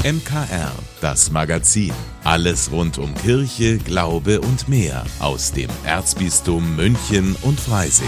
MKR, das Magazin. Alles rund um Kirche, Glaube und mehr aus dem Erzbistum München und Freising.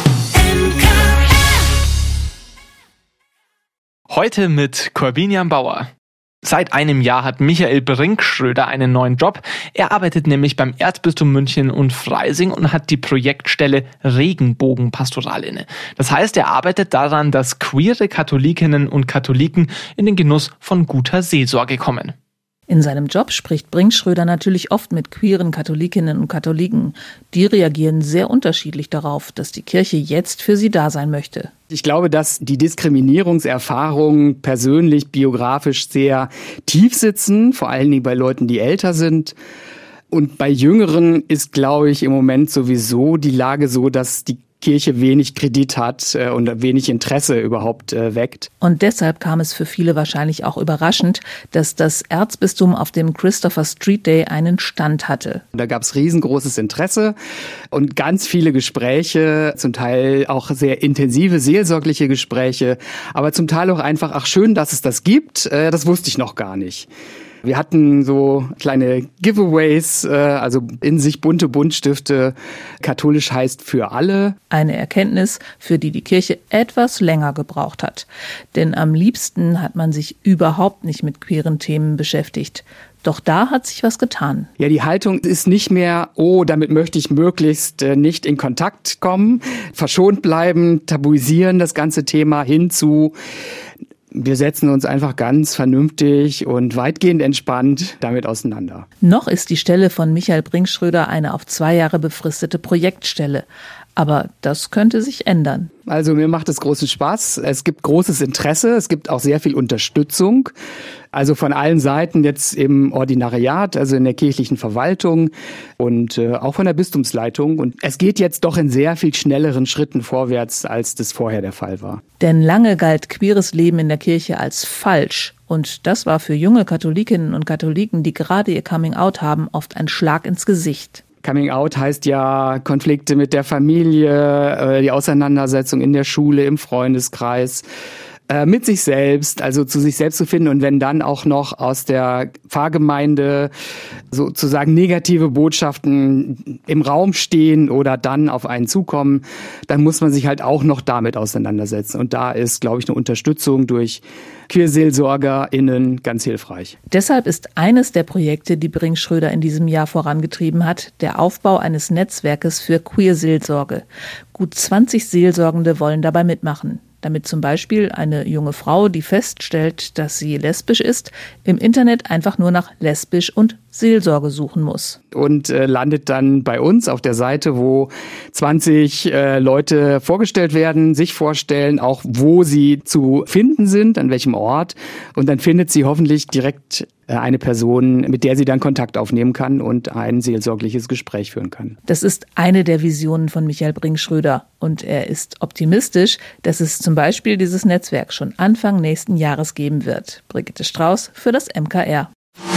Heute mit Corbinian Bauer. Seit einem Jahr hat Michael Brinkschröder einen neuen Job. Er arbeitet nämlich beim Erzbistum München und Freising und hat die Projektstelle Regenbogenpastoral inne. Das heißt, er arbeitet daran, dass queere Katholikinnen und Katholiken in den Genuss von guter Seelsorge kommen. In seinem Job spricht Brinkschröder natürlich oft mit queeren Katholikinnen und Katholiken. Die reagieren sehr unterschiedlich darauf, dass die Kirche jetzt für sie da sein möchte. Ich glaube, dass die Diskriminierungserfahrungen persönlich, biografisch sehr tief sitzen, vor allen Dingen bei Leuten, die älter sind. Und bei Jüngeren ist, glaube ich, im Moment sowieso die Lage so, dass die Kirche wenig Kredit hat und wenig Interesse überhaupt weckt. Und deshalb kam es für viele wahrscheinlich auch überraschend, dass das Erzbistum auf dem Christopher Street Day einen Stand hatte. Da gab es riesengroßes Interesse und ganz viele Gespräche, zum Teil auch sehr intensive seelsorgliche Gespräche, aber zum Teil auch einfach, ach schön, dass es das gibt, das wusste ich noch gar nicht. Wir hatten so kleine Giveaways, also in sich bunte Buntstifte. Katholisch heißt für alle. Eine Erkenntnis, für die die Kirche etwas länger gebraucht hat. Denn am liebsten hat man sich überhaupt nicht mit queeren Themen beschäftigt. Doch da hat sich was getan. Ja, die Haltung ist nicht mehr, damit möchte ich möglichst nicht in Kontakt kommen, verschont bleiben, tabuisieren das ganze Thema hinzu. Wir setzen uns einfach ganz vernünftig und weitgehend entspannt damit auseinander. Noch ist die Stelle von Michael Brinkschröder eine auf 2 Jahre befristete Projektstelle. Aber das könnte sich ändern. Also mir macht es großen Spaß. Es gibt großes Interesse. Es gibt auch sehr viel Unterstützung. Also von allen Seiten jetzt im Ordinariat, also in der kirchlichen Verwaltung und auch von der Bistumsleitung. Und es geht jetzt doch in sehr viel schnelleren Schritten vorwärts, als das vorher der Fall war. Denn lange galt queeres Leben in der Kirche als falsch. Und das war für junge Katholikinnen und Katholiken, die gerade ihr Coming-out haben, oft ein Schlag ins Gesicht. Coming out heißt ja Konflikte mit der Familie, die Auseinandersetzung in der Schule, im Freundeskreis, mit sich selbst, also zu sich selbst zu finden. Und wenn dann auch noch aus der Pfarrgemeinde sozusagen negative Botschaften im Raum stehen oder dann auf einen zukommen, dann muss man sich halt auch noch damit auseinandersetzen. Und da ist, glaube ich, eine Unterstützung durch QueerseelsorgerInnen ganz hilfreich. Deshalb ist eines der Projekte, die Brinkschröder in diesem Jahr vorangetrieben hat, der Aufbau eines Netzwerkes für Queerseelsorge. Gut 20 Seelsorgende wollen dabei mitmachen. Damit zum Beispiel eine junge Frau, die feststellt, dass sie lesbisch ist, im Internet einfach nur nach lesbisch und Seelsorge suchen muss. Und landet dann bei uns auf der Seite, wo 20 Leute vorgestellt werden, sich vorstellen, auch wo sie zu finden sind, an welchem Ort. Und dann findet sie hoffentlich direkt eine Person, mit der sie dann Kontakt aufnehmen kann und ein seelsorgliches Gespräch führen kann. Das ist eine der Visionen von Michael Brinkschröder. Und er ist optimistisch, dass es zum Beispiel dieses Netzwerk schon Anfang nächsten Jahres geben wird. Brigitte Strauß für das MKR.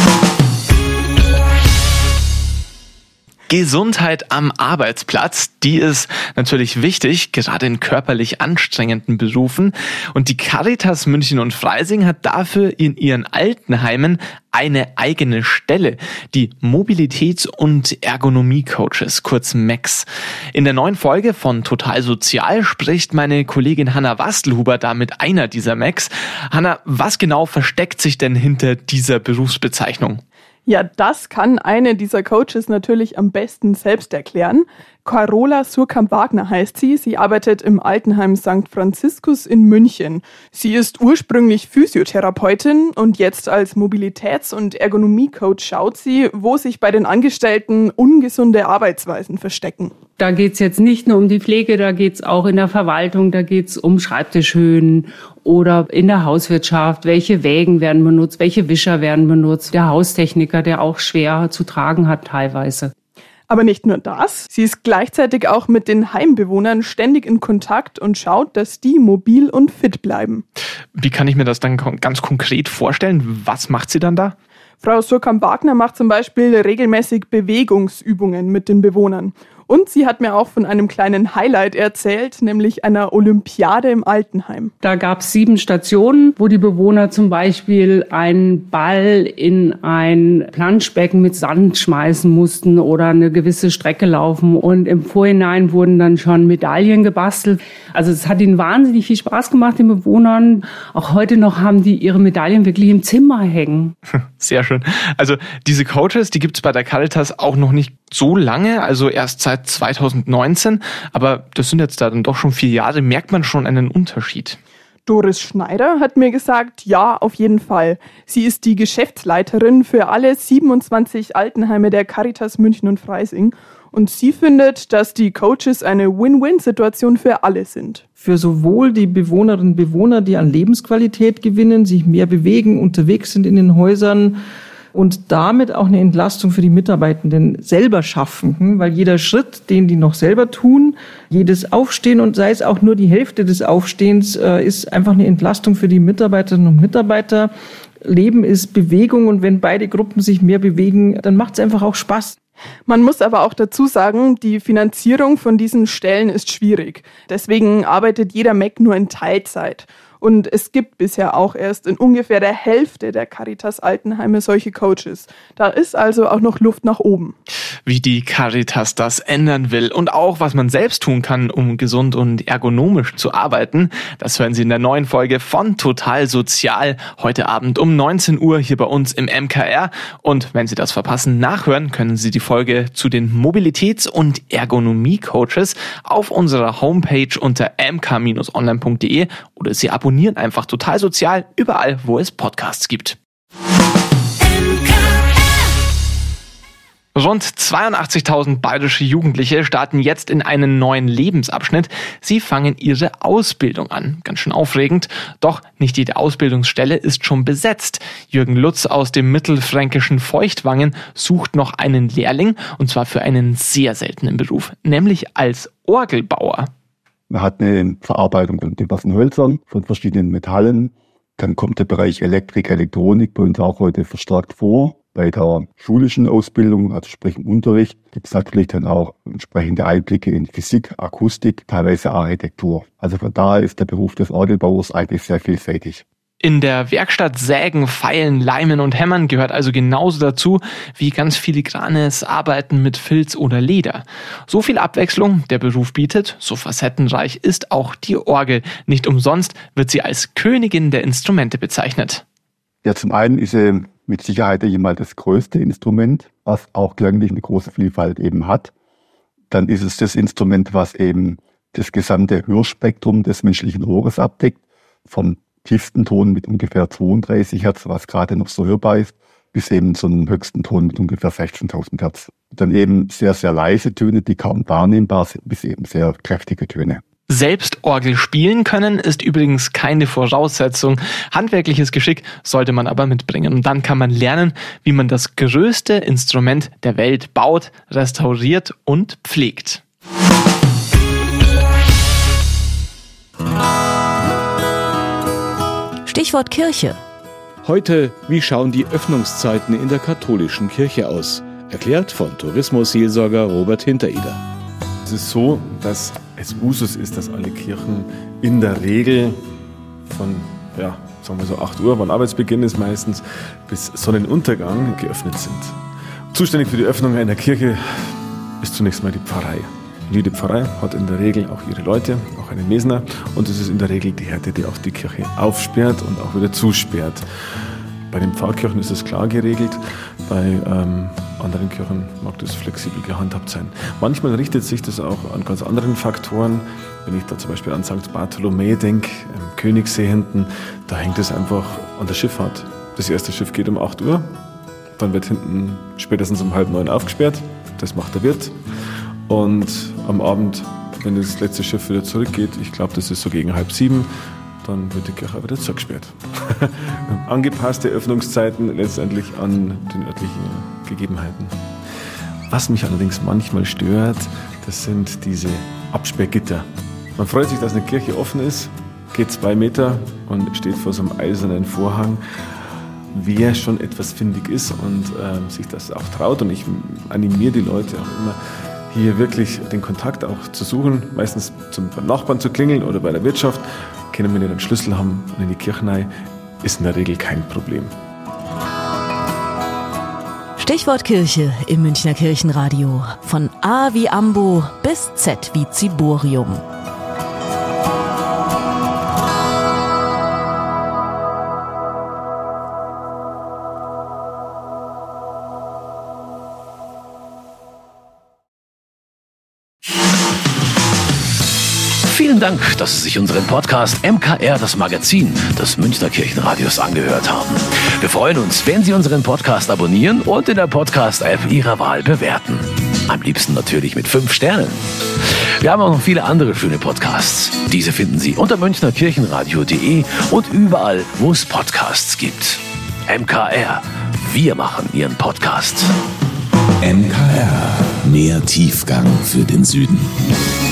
Gesundheit am Arbeitsplatz, die ist natürlich wichtig, gerade in körperlich anstrengenden Berufen. Und die Caritas München und Freising hat dafür in ihren Altenheimen eine eigene Stelle, die Mobilitäts- und Ergonomie-Coaches, kurz MECs. In der neuen Folge von Total Sozial spricht meine Kollegin Hanna Wastelhuber da mit einer dieser MECs. Hanna, was genau versteckt sich denn hinter dieser Berufsbezeichnung? Ja, das kann eine dieser Coaches natürlich am besten selbst erklären. Carola Surkamp-Wagner heißt sie. Sie arbeitet im Altenheim St. Franziskus in München. Sie ist ursprünglich Physiotherapeutin und jetzt als Mobilitäts- und Ergonomie-Coach schaut sie, wo sich bei den Angestellten ungesunde Arbeitsweisen verstecken. Da geht's jetzt nicht nur um die Pflege, da geht's auch in der Verwaltung, da geht's um Schreibtischhöhen oder in der Hauswirtschaft. Welche Wägen werden benutzt, welche Wischer werden benutzt, der Haustechniker, der auch schwer zu tragen hat teilweise. Aber nicht nur das, sie ist gleichzeitig auch mit den Heimbewohnern ständig in Kontakt und schaut, dass die mobil und fit bleiben. Wie kann ich mir das dann ganz konkret vorstellen? Was macht sie dann da? Frau Surkamp-Wagner macht zum Beispiel regelmäßig Bewegungsübungen mit den Bewohnern. Und sie hat mir auch von einem kleinen Highlight erzählt, nämlich einer Olympiade im Altenheim. Da gab es 7 Stationen, wo die Bewohner zum Beispiel einen Ball in ein Planschbecken mit Sand schmeißen mussten oder eine gewisse Strecke laufen. Und im Vorhinein wurden dann schon Medaillen gebastelt. Also es hat ihnen wahnsinnig viel Spaß gemacht, den Bewohnern. Auch heute noch haben die ihre Medaillen wirklich im Zimmer hängen. Sehr schön. Also diese Coaches, die gibt es bei der Caritas auch noch nicht so lange, also erst seit 2019. Aber das sind jetzt da dann doch schon 4 Jahre. Merkt man schon einen Unterschied? Doris Schneider hat mir gesagt, ja, auf jeden Fall. Sie ist die Geschäftsleiterin für alle 27 Altenheime der Caritas München und Freising. Und sie findet, dass die Coaches eine Win-Win-Situation für alle sind. Für sowohl die Bewohnerinnen und Bewohner, die an Lebensqualität gewinnen, sich mehr bewegen, unterwegs sind in den Häusern und damit auch eine Entlastung für die Mitarbeitenden selber schaffen. Weil jeder Schritt, den die noch selber tun, jedes Aufstehen und sei es auch nur die Hälfte des Aufstehens, ist einfach eine Entlastung für die Mitarbeiterinnen und Mitarbeiter. Leben ist Bewegung und wenn beide Gruppen sich mehr bewegen, dann macht es einfach auch Spaß. Man muss aber auch dazu sagen, die Finanzierung von diesen Stellen ist schwierig. Deswegen arbeitet jeder MEC nur in Teilzeit. Und es gibt bisher auch erst in ungefähr der Hälfte der Caritas Altenheime solche Coaches. Da ist also auch noch Luft nach oben. Wie die Caritas das ändern will und auch, was man selbst tun kann, um gesund und ergonomisch zu arbeiten, das hören Sie in der neuen Folge von Total Sozial heute Abend um 19 Uhr hier bei uns im MKR. Und wenn Sie das verpassen, nachhören können Sie die Folge zu den Mobilitäts- und Ergonomie-Coaches auf unserer Homepage unter mk-online.de oder Sie abonnieren einfach Total Sozial überall, wo es Podcasts gibt. Rund 82.000 bayerische Jugendliche starten jetzt in einen neuen Lebensabschnitt. Sie fangen ihre Ausbildung an. Ganz schön aufregend. Doch nicht jede Ausbildungsstelle ist schon besetzt. Jürgen Lutz aus dem mittelfränkischen Feuchtwangen sucht noch einen Lehrling, und zwar für einen sehr seltenen Beruf, nämlich als Orgelbauer. Man hat eine Verarbeitung von diversen Hölzern, von verschiedenen Metallen. Dann kommt der Bereich Elektrik, Elektronik bei uns auch heute verstärkt vor. Bei der schulischen Ausbildung, also sprich im Unterricht, gibt es natürlich dann auch entsprechende Einblicke in Physik, Akustik, teilweise Architektur. Also von daher ist der Beruf des Orgelbauers eigentlich sehr vielseitig. In der Werkstatt sägen, feilen, leimen und hämmern gehört also genauso dazu wie ganz filigranes Arbeiten mit Filz oder Leder. So viel Abwechslung der Beruf bietet, so facettenreich ist auch die Orgel. Nicht umsonst wird sie als Königin der Instrumente bezeichnet. Ja, zum einen ist sie mit Sicherheit jemals das größte Instrument, was auch klanglich eine große Vielfalt eben hat. Dann ist es das Instrument, was eben das gesamte Hörspektrum des menschlichen Ohres abdeckt, vom tiefsten Ton mit ungefähr 32 Hertz, was gerade noch so hörbar ist, bis eben zum höchsten Ton mit ungefähr 16.000 Hertz. Dann eben sehr, sehr leise Töne, die kaum wahrnehmbar sind, bis eben sehr kräftige Töne. Selbst Orgel spielen können ist übrigens keine Voraussetzung. Handwerkliches Geschick sollte man aber mitbringen. Und dann kann man lernen, wie man das größte Instrument der Welt baut, restauriert und pflegt. Stichwort Kirche. Heute, wie schauen die Öffnungszeiten in der katholischen Kirche aus? Erklärt von Tourismusseelsorger Robert Hintereder. Es ist so, dass es Usus ist, dass alle Kirchen in der Regel von, sagen wir so 8 Uhr, wann Arbeitsbeginn ist meistens, bis Sonnenuntergang geöffnet sind. Zuständig für die Öffnung einer Kirche ist zunächst mal die Pfarrei. Jede Pfarrei hat in der Regel auch ihre Leute, auch einen Mesner, und es ist in der Regel die Härte, die auch die Kirche aufsperrt und auch wieder zusperrt. Bei den Pfarrkirchen ist es klar geregelt, bei anderen Kirchen mag das flexibel gehandhabt sein. Manchmal richtet sich das auch an ganz anderen Faktoren. Wenn ich da zum Beispiel an St. Bartholomä denke, im Königssee hinten, da hängt es einfach an der Schifffahrt. Das erste Schiff geht um 8 Uhr, dann wird hinten spätestens um 8:30 aufgesperrt, das macht der Wirt. Und am Abend, wenn das letzte Schiff wieder zurückgeht, ich glaube, das ist so gegen 6:30, dann wird die Kirche wieder zugesperrt. Angepasste Öffnungszeiten letztendlich an den örtlichen Gegebenheiten. Was mich allerdings manchmal stört, das sind diese Absperrgitter. Man freut sich, dass eine Kirche offen ist, geht 2 Meter und steht vor so einem eisernen Vorhang. Wer schon etwas findig ist und sich das auch traut, und ich animiere die Leute auch immer, hier wirklich den Kontakt auch zu suchen, meistens beim Nachbarn zu klingeln oder bei der Wirtschaft. Können wir nicht einen Schlüssel haben und in die Kirche rein, ist in der Regel kein Problem. Stichwort Kirche im Münchner Kirchenradio. Von A wie Ambo bis Z wie Ziborium. Vielen Dank, dass Sie sich unseren Podcast MKR, das Magazin des Münchner Kirchenradios, angehört haben. Wir freuen uns, wenn Sie unseren Podcast abonnieren und in der Podcast-App Ihrer Wahl bewerten. Am liebsten natürlich mit 5 Sternen. Wir haben auch noch viele andere schöne Podcasts. Diese finden Sie unter münchnerkirchenradio.de und überall, wo es Podcasts gibt. MKR, wir machen Ihren Podcast. MKR, mehr Tiefgang für den Süden.